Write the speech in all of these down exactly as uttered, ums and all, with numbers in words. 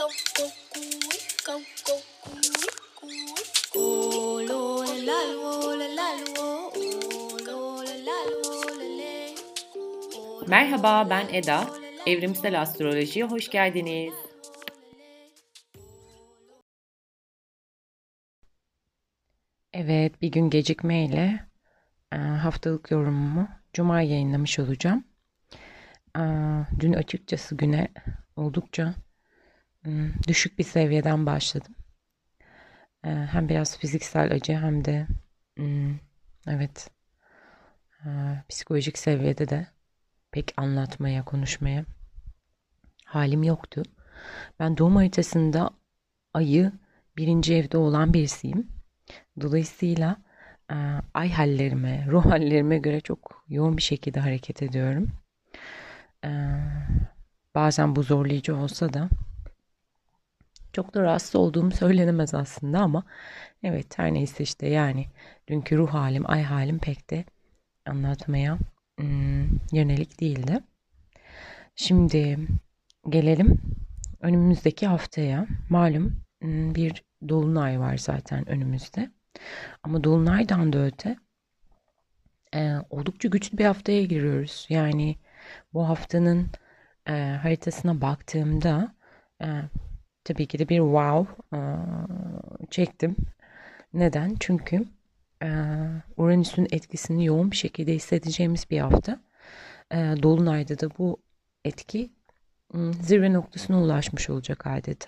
Merhaba, ben Eda. Evrimsel Astroloji'ye hoş geldiniz. Evet, bir gün gecikmeyle e, haftalık yorumumu Cuma yayınlamış olacağım. E, Dün açıkçası güne oldukça m, düşük bir seviyeden başladım. E, Hem biraz fiziksel acı hem de m, evet e, psikolojik seviyede de pek anlatmaya, konuşmaya halim yoktu. Ben doğum haritasında ayı birinci evde olan birisiyim. Dolayısıyla e, ay hallerime, ruh hallerime göre çok yoğun bir şekilde hareket ediyorum. E, Bazen bu zorlayıcı olsa da çok da rahatsız olduğum söylenemez aslında ama evet her neyse işte yani dünkü ruh halim, ay halim pek de anlatmaya hmm, yönelik değildi. Şimdi gelelim önümüzdeki haftaya. Malum hmm, bir dolunay var zaten önümüzde. Ama dolunaydan da öte e, oldukça güçlü bir haftaya giriyoruz. Yani bu haftanın e, haritasına baktığımda e, tabii ki de bir wow e, çektim. Neden? Çünkü e, Uranüs'ün etkisini yoğun bir şekilde hissedeceğimiz bir hafta. E, Dolunay'da da bu etki m, zirve noktasına ulaşmış olacak adeta.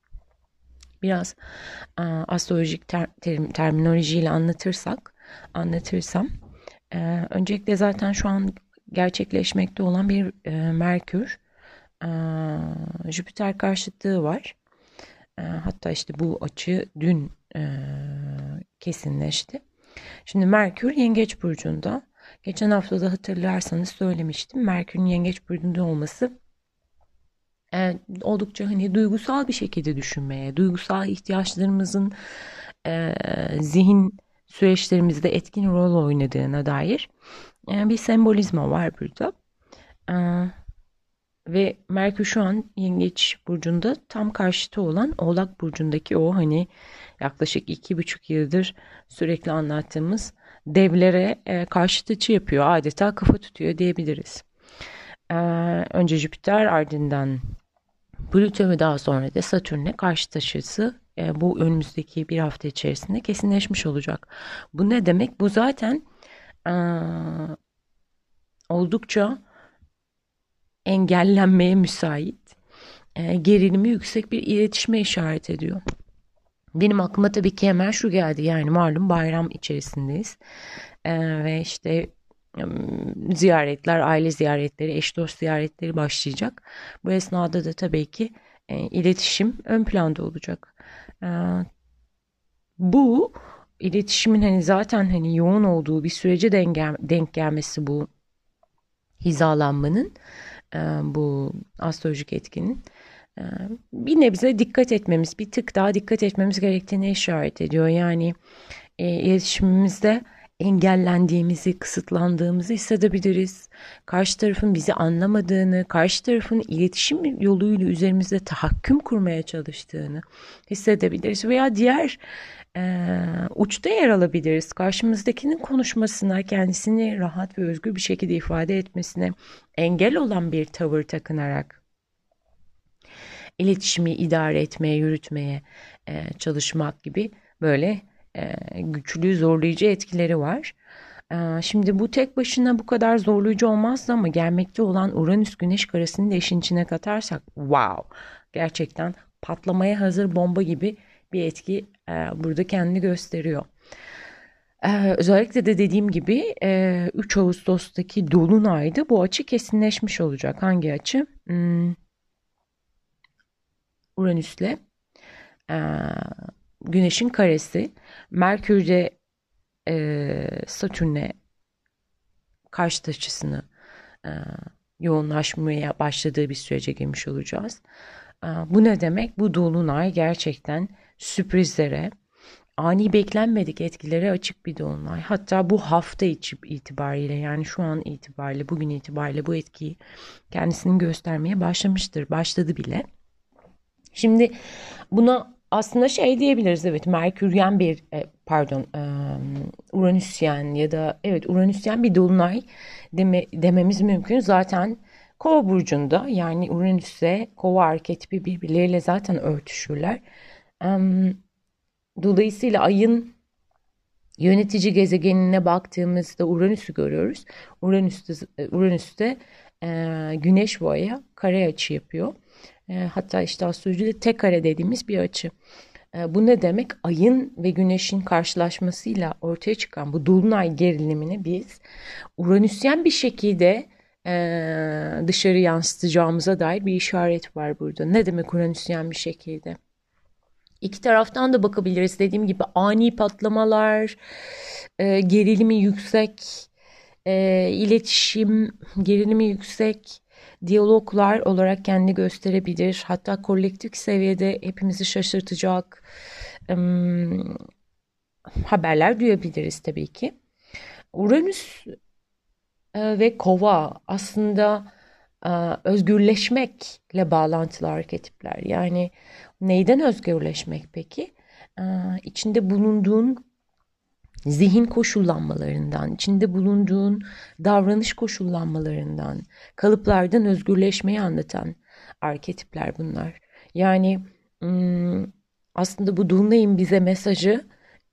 Biraz e, astrolojik ter, terim, terminolojiyle anlatırsak, anlatırsam, e, öncelikle zaten şu an gerçekleşmekte olan bir e, Merkür, e, Jüpiter karşıtlığı var. E, hatta işte bu açı dün e, kesinleşti. Şimdi Merkür Yengeç burcunda. Geçen hafta da hatırlarsanız söylemiştim. Merkür'ün Yengeç burcunda olması e, oldukça hani duygusal bir şekilde düşünmeye, duygusal ihtiyaçlarımızın e, zihin süreçlerimizde etkin rol oynadığına dair e, bir sembolizma var burada. E, Ve Merkür şu an Yengeç burcunda tam karşıtı olan Oğlak burcundaki o hani yaklaşık iki buçuk yıldır sürekli anlattığımız devlere e, karşıt açı yapıyor. Adeta kafa tutuyor diyebiliriz. E, önce Jüpiter ardından Plüto ve daha sonra da Satürn'le karşıt açısı e, bu önümüzdeki bir hafta içerisinde kesinleşmiş olacak. Bu ne demek? Bu zaten e, oldukça engellenmeye müsait, e, gerilimi yüksek bir iletişime işaret ediyor. Benim aklıma tabii ki hemen şu geldi, yani malum bayram içerisindeyiz e, ve işte e, ziyaretler, aile ziyaretleri, eş dost ziyaretleri başlayacak. Bu esnada da tabii ki e, iletişim ön planda olacak. E, Bu iletişimin hani zaten hani yoğun olduğu bir sürece denk, gel- denk gelmesi, bu hizalanmanın, e, bu astrolojik etkinin e, bir nebze dikkat etmemiz, bir tık daha dikkat etmemiz gerektiğini işaret ediyor. Yani e, iletişimimizde engellendiğimizi, kısıtlandığımızı hissedebiliriz. Karşı tarafın bizi anlamadığını, karşı tarafın iletişim yoluyla üzerimizde tahakküm kurmaya çalıştığını hissedebiliriz. Veya diğer e, uçta yer alabiliriz. Karşımızdakinin konuşmasına, kendisini rahat ve özgür bir şekilde ifade etmesine engel olan bir tavır takınarak iletişimi idare etmeye, yürütmeye e, çalışmak gibi böyle e, güçlü, zorlayıcı etkileri var. E, şimdi bu tek başına bu kadar zorlayıcı olmazdı ama gelmekte olan Uranüs Güneş karasını da işin içine katarsak, wow, gerçekten patlamaya hazır bomba gibi bir etki e, burada kendini gösteriyor. Ee, özellikle de dediğim gibi e, üç Ağustos'taki Dolunay'da bu açı kesinleşmiş olacak. Hangi açı? Hmm, Uranüs'le e, Güneş'in karesi. Merkür'de e, Satürn'e karşıt açısını e, yoğunlaşmaya başladığı bir sürece girmiş olacağız. E, bu ne demek? Bu Dolunay gerçekten sürprizlere, ani beklenmedik etkilere açık bir dolunay. Hatta bu hafta içi itibariyle, yani şu an itibariyle, bugün itibariyle bu etkiyi kendisinin göstermeye başlamıştır. Başladı bile. Şimdi buna aslında şey diyebiliriz, evet, Merküryen bir e, pardon e, Uranüsyen ya da evet Uranüsyen bir dolunay deme, dememiz mümkün. Zaten Kova burcunda, yani Uranüs'e Kova arketipi birbirleriyle zaten örtüşürler. Em, Dolayısıyla ayın yönetici gezegenine baktığımızda Uranüs'ü görüyoruz. Uranüs'te Uranüs'te e, Güneş bu aya kare açı yapıyor. E, hatta işte astrolojide tek kare dediğimiz bir açı. E, bu ne demek? Ayın ve Güneş'in karşılaşmasıyla ortaya çıkan bu dolunay gerilimini biz Uranüsyen bir şekilde e, dışarı yansıtacağımıza dair bir işaret var burada. Ne demek Uranüsyen bir şekilde? İki taraftan da bakabiliriz. Dediğim gibi ani patlamalar, e, gerilimi yüksek, e, iletişim gerilimi yüksek, diyaloglar olarak kendini gösterebilir. Hatta kolektif seviyede hepimizi şaşırtacak em, haberler duyabiliriz tabii ki. Uranüs e, ve Kova aslında e, özgürleşmekle bağlantılı arketipler. Yani neyden özgürleşmek peki? E, içinde bulunduğun zihin koşullanmalarından, içinde bulunduğun davranış koşullanmalarından, kalıplardan özgürleşmeyi anlatan arketipler bunlar. Yani ım, aslında bu Dolunay'ın bize mesajı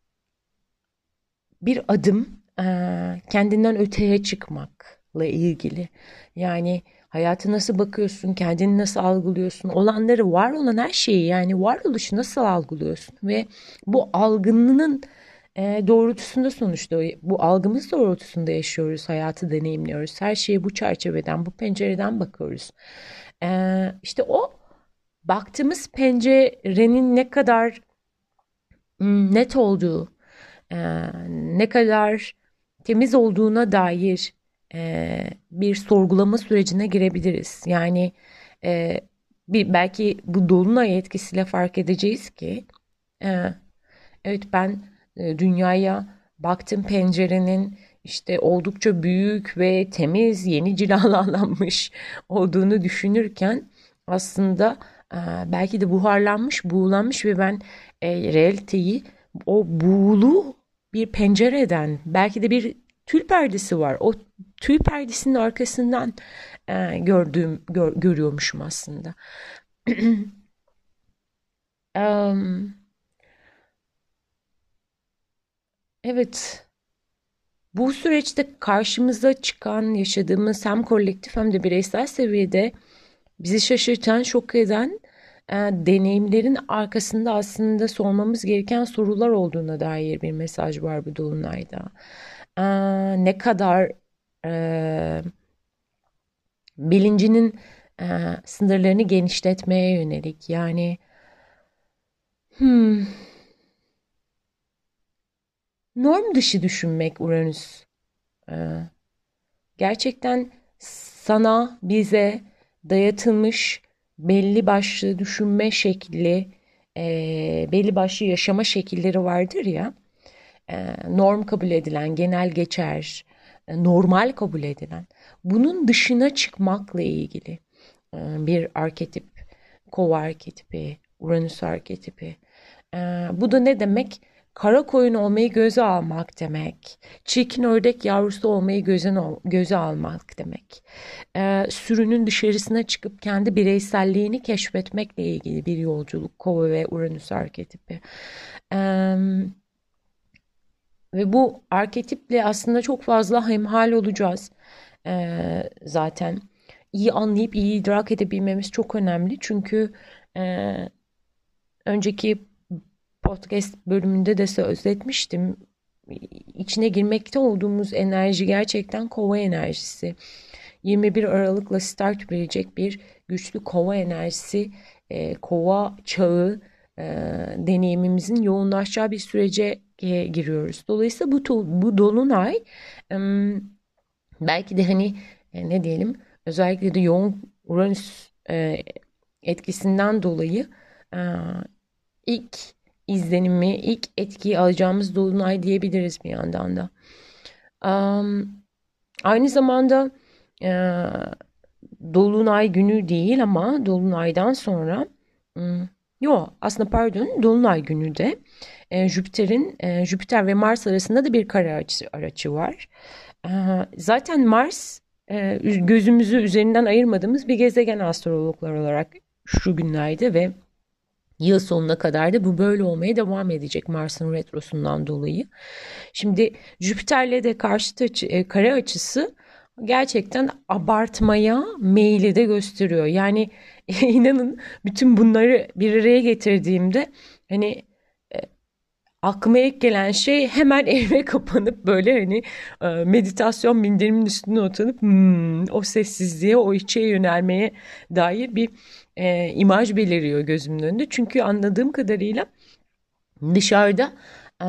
bir adım eee, kendinden öteye çıkmakla ilgili. Yani hayata nasıl bakıyorsun, kendini nasıl algılıyorsun, olanları, var olan her şeyi, yani varoluşu nasıl algılıyorsun ve bu algının eee, doğrultusunda, sonuçta bu algımız doğrultusunda yaşıyoruz, hayatı deneyimliyoruz. Her şeye bu çerçeveden, bu pencereden bakıyoruz. Eee işte o baktığımız pencerenin ne kadar mm, net olduğu, e, ne kadar temiz olduğuna dair e, bir sorgulama sürecine girebiliriz. Yani e, bir belki bu dolunay etkisiyle fark edeceğiz ki e, evet, ben e, dünyaya baktım, pencerenin işte oldukça büyük ve temiz, yeni cilalanmış olduğunu düşünürken aslında e, belki de buharlanmış, buğulanmış ve ben e, realiteyi o buğulu bir pencereden, belki de bir tül perdesi var. O tül perdesinin arkasından e, gördüğüm gör- görüyormuşum aslında. Em, evet. Bu süreçte karşımıza çıkan, yaşadığımız hem kolektif hem de bireysel seviyede bizi şaşırtan, şok eden e, deneyimlerin arkasında aslında sormamız gereken sorular olduğuna dair bir mesaj var bu dolunayda. E, ne kadar e, bilincinin e, sınırlarını genişletmeye yönelik, yani hmm, norm dışı düşünmek Uranüs. E, Gerçekten sana, bize dayatılmış belli başlı düşünme şekli, eee, belli başlı yaşama şekilleri vardır ya, eee, norm kabul edilen, genel geçer, e, normal kabul edilen. Bunun dışına çıkmakla ilgili eee, bir arketip, Kova arketipi, Uranüs arketipi. Eee, bu da ne demek? Kara koyun olmayı göze almak demek. Çirkin ördek yavrusu olmayı göze, göze almak demek. Eee, sürünün dışarısına çıkıp kendi bireyselliğini keşfetmekle ilgili bir yolculuk. Kova ve Uranüs arketipi. Eee, ve bu arketiple aslında çok fazla hemhal olacağız. Eee, zaten iyi anlayıp iyi idrak edebilmemiz çok önemli. Çünkü eee, önceki podcast bölümünde de söz etmiştim. İçine girmekte olduğumuz enerji gerçekten kova enerjisi. yirmi bir Aralık'la start verecek bir güçlü kova enerjisi, e, kova çağı e, deneyimimizin yoğunlaşacağı bir sürece e, giriyoruz. Dolayısıyla bu, bu dolunay e, belki de hani e, ne diyelim, özellikle de yoğun Uranüs e, etkisinden dolayı e, ilk izlenimi, ilk etkiyi alacağımız dolunay diyebiliriz bir yandan da. Um, aynı zamanda e, dolunay günü değil ama dolunaydan sonra Hmm, Yo, aslında pardon, Dolunay günü de e, Jüpiter'in e, Jüpiter ve Mars arasında da bir kare açı, açı var. E, Zaten Mars e, gözümüzü üzerinden ayırmadığımız bir gezegen astrologlar olarak şu günlerde ve yıl sonuna kadar da bu böyle olmaya devam edecek Mars'ın retrosundan dolayı. Şimdi Jüpiter'le de karşıt açı, e, kare açısı gerçekten abartmaya meyli de gösteriyor. Yani inanın bütün bunları bir araya getirdiğimde hani e, aklıma ilk gelen şey hemen eve kapanıp böyle hani e, meditasyon minderimin üstüne oturup hmm, o sessizliğe, o içe yönelmeye dair bir e, imaj beliriyor gözümün önünde. Çünkü anladığım kadarıyla dışarıda e,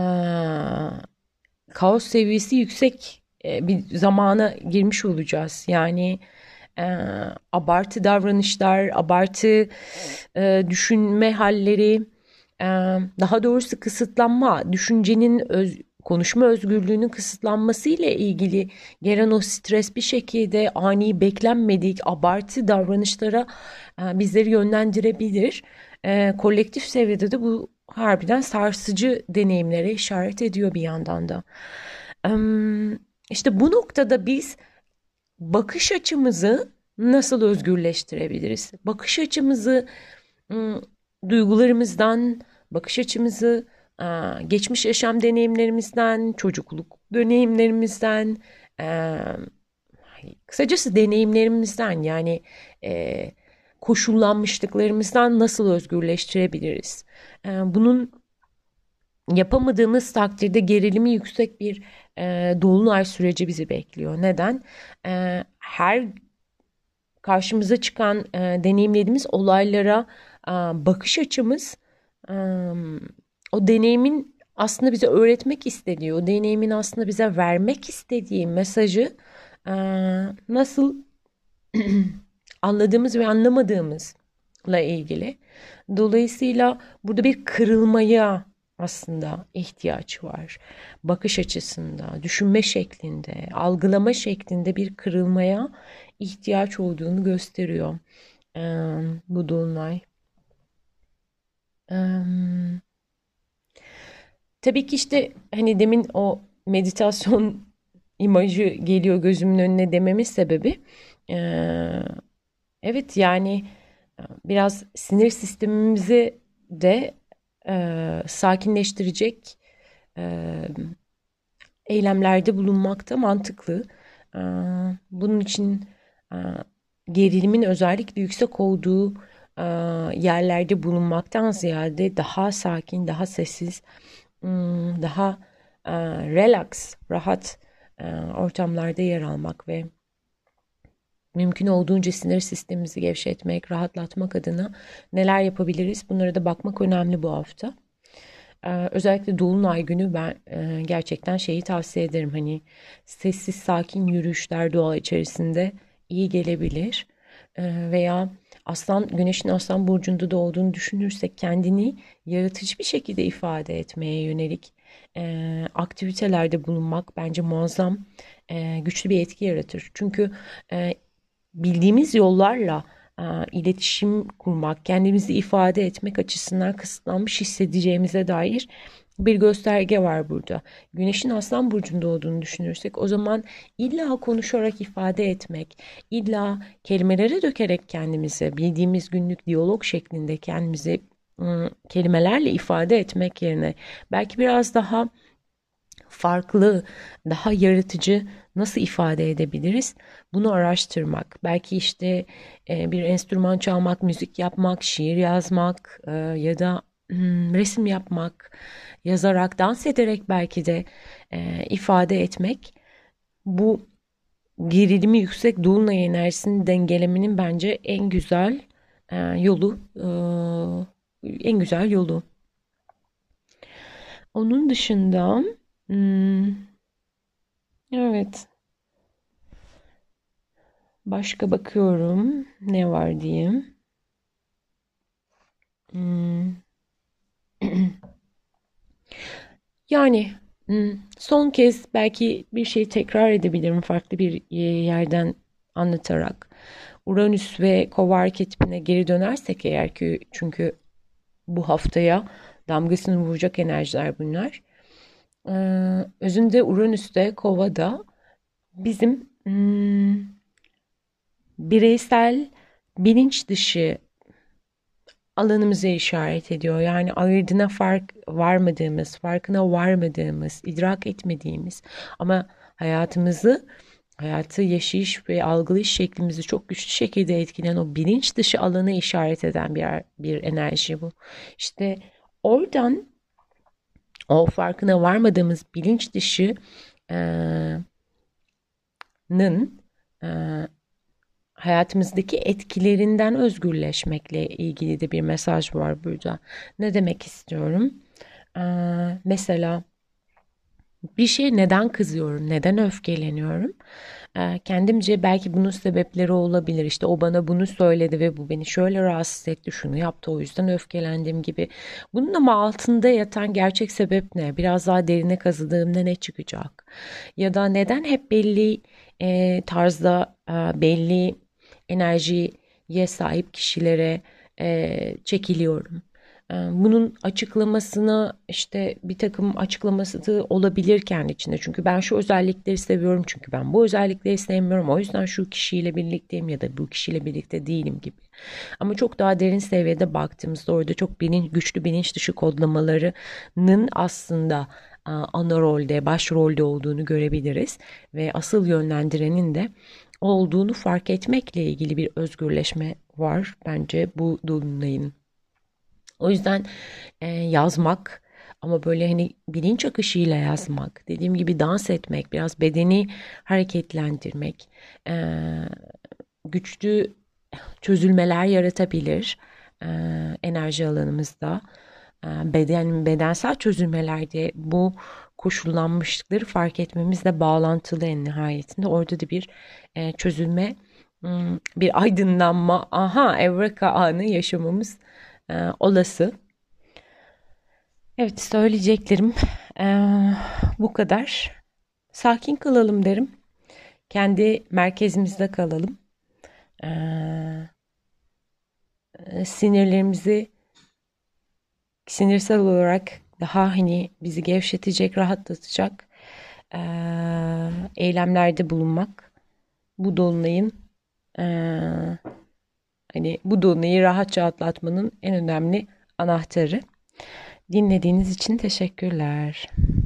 kaos seviyesi yüksek e, bir zamana girmiş olacağız. Yani e, abartı davranışlar, abartı e, düşünme halleri, e, daha doğrusu kısıtlanma, düşüncenin öz, konuşma özgürlüğünün kısıtlanması ile ilgili gelen o stres bir şekilde ani beklenmedik abartı davranışlara e, bizleri yönlendirebilir. E, kolektif seviyede de bu harbiden sarsıcı deneyimlere işaret ediyor bir yandan da. Em, İşte bu noktada biz bakış açımızı nasıl özgürleştirebiliriz? Bakış açımızı ım, duygularımızdan, bakış açımızı aa, geçmiş yaşam deneyimlerimizden, çocukluk deneyimlerimizden, em, kısacası deneyimlerimizden yani e, koşullanmışlıklarımızdan nasıl özgürleştirebiliriz? E, bunun yapamadığımız takdirde gerilimi yüksek bir e, dolunay süreci bizi bekliyor. Neden? E, her karşımıza çıkan e, deneyimlediğimiz olaylara e, bakış açımız e, o deneyimin aslında bize öğretmek istediği, o deneyimin aslında bize vermek istediği mesajı e, nasıl anladığımız ve anlamadığımızla ilgili. Dolayısıyla burada bir kırılmaya aslında ihtiyaç var. Bakış açısında, düşünme şeklinde, algılama şeklinde bir kırılmaya ihtiyaç olduğunu gösteriyor ee, bu dolunay. Ee, tabii ki işte hani demin o meditasyon imajı geliyor gözümün önüne dememin sebebi ee, evet yani biraz sinir sistemimizi de e, sakinleştirecek e, eylemlerde bulunmak da mantıklı. E, bunun için e, gerilimin özellikle yüksek olduğu e, yerlerde bulunmaktan ziyade daha sakin, daha sessiz, hmm, daha e, relax, rahat e, ortamlarda yer almak ve mümkün olduğunca sinir sistemimizi gevşetmek, rahatlatmak adına neler yapabiliriz? Bunlara da bakmak önemli bu hafta. Ee, özellikle Dolunay günü ben e, gerçekten şeyi tavsiye ederim. Hani sessiz, sakin yürüyüşler doğa içerisinde iyi gelebilir. Ee, veya Aslan, Güneşin Aslan burcunda doğduğunu düşünürsek kendini yaratıcı bir şekilde ifade etmeye yönelik e, aktivitelerde bulunmak bence muazzam e, güçlü bir etki yaratır. Çünkü e, bildiğimiz yollarla e, iletişim kurmak, kendimizi ifade etmek açısından kısıtlanmış hissedeceğimize dair bir gösterge var burada. Güneşin Aslan burcunda olduğunu düşünürsek o zaman illa konuşarak ifade etmek, illa kelimelere dökerek kendimizi bildiğimiz günlük diyalog şeklinde kendimizi ım, kelimelerle ifade etmek yerine belki biraz daha farklı, daha yaratıcı nasıl ifade edebiliriz? Bunu araştırmak. Belki işte e, bir enstrüman çalmak, müzik yapmak, şiir yazmak e, ya da hmm, resim yapmak, yazarak, dans ederek belki de e, ifade etmek. Bu gerilimi yüksek dolunay enerjisini dengelemenin bence en güzel e, yolu, e, en güzel yolu. Onun dışında, hmm, evet. Başka bakıyorum ne var diye. Hmm. Yani hmm, son kez belki bir şey tekrar edebilirim farklı bir e, yerden anlatarak Uranüs ve Kova arketipine geri dönersek eğer ki, çünkü bu haftaya damgasını vuracak enerjiler bunlar. Ee, özünde Uranüs'te, Kova'da bizim hmm, bireysel bilinç dışı alanımıza işaret ediyor. Yani ayırdına fark varmadığımız, farkına varmadığımız, idrak etmediğimiz ama hayatımızı, hayatı yaşayış ve algılayış şeklimizi çok güçlü şekilde etkileyen o bilinç dışı alanı işaret eden bir, bir enerji bu. İşte oradan o farkına varmadığımız bilinç dışı nın hayatımızdaki etkilerinden özgürleşmekle ilgili de bir mesaj var burada. Ne demek istiyorum? Ee, mesela bir şey neden kızıyorum, neden öfkeleniyorum? Ee, kendimce belki bunun sebepleri olabilir. İşte o bana bunu söyledi ve bu beni şöyle rahatsız etti, şunu yaptı, o yüzden öfkelendim gibi. Bunun ama altında yatan gerçek sebep ne? Biraz daha derine kazıdığımda ne çıkacak? Ya da neden hep belli e, tarzda, e, belli enerjiye sahip kişilere e, çekiliyorum? Bunun açıklamasına, işte bir takım açıklaması da olabilir kendi içinde. Çünkü ben şu özellikleri seviyorum, çünkü ben bu özellikleri sevmiyorum. O yüzden şu kişiyle birlikteyim ya da bu kişiyle birlikte değilim gibi. Ama çok daha derin seviyede baktığımızda orada çok bilinç, güçlü bilinç dışı kodlamalarının aslında ana rolde, başrolde olduğunu görebiliriz. Ve asıl yönlendirenin de olduğunu fark etmekle ilgili bir özgürleşme var bence bu dolunayın. O yüzden e, yazmak, ama böyle hani bilinç akışıyla yazmak, dediğim gibi dans etmek, biraz bedeni hareketlendirmek, e, güçlü çözülmeler yaratabilir e, enerji alanımızda. E, beden bedensel çözülmelerde bu koşullanmışlıkları fark etmemizle bağlantılı en nihayetinde. Orada da bir e, çözülme, bir aydınlanma, aha evreka anı yaşamamız e, olası. Evet, söyleyeceklerim e, bu kadar. Sakin kalalım derim. Kendi merkezimizde kalalım. E, sinirlerimizi sinirsel olarak daha hani bizi gevşetecek, rahatlatacak e, eylemlerde bulunmak. Bu dolunayın e, hani bu dolunayı rahatça atlatmanın en önemli anahtarı. Dinlediğiniz için teşekkürler.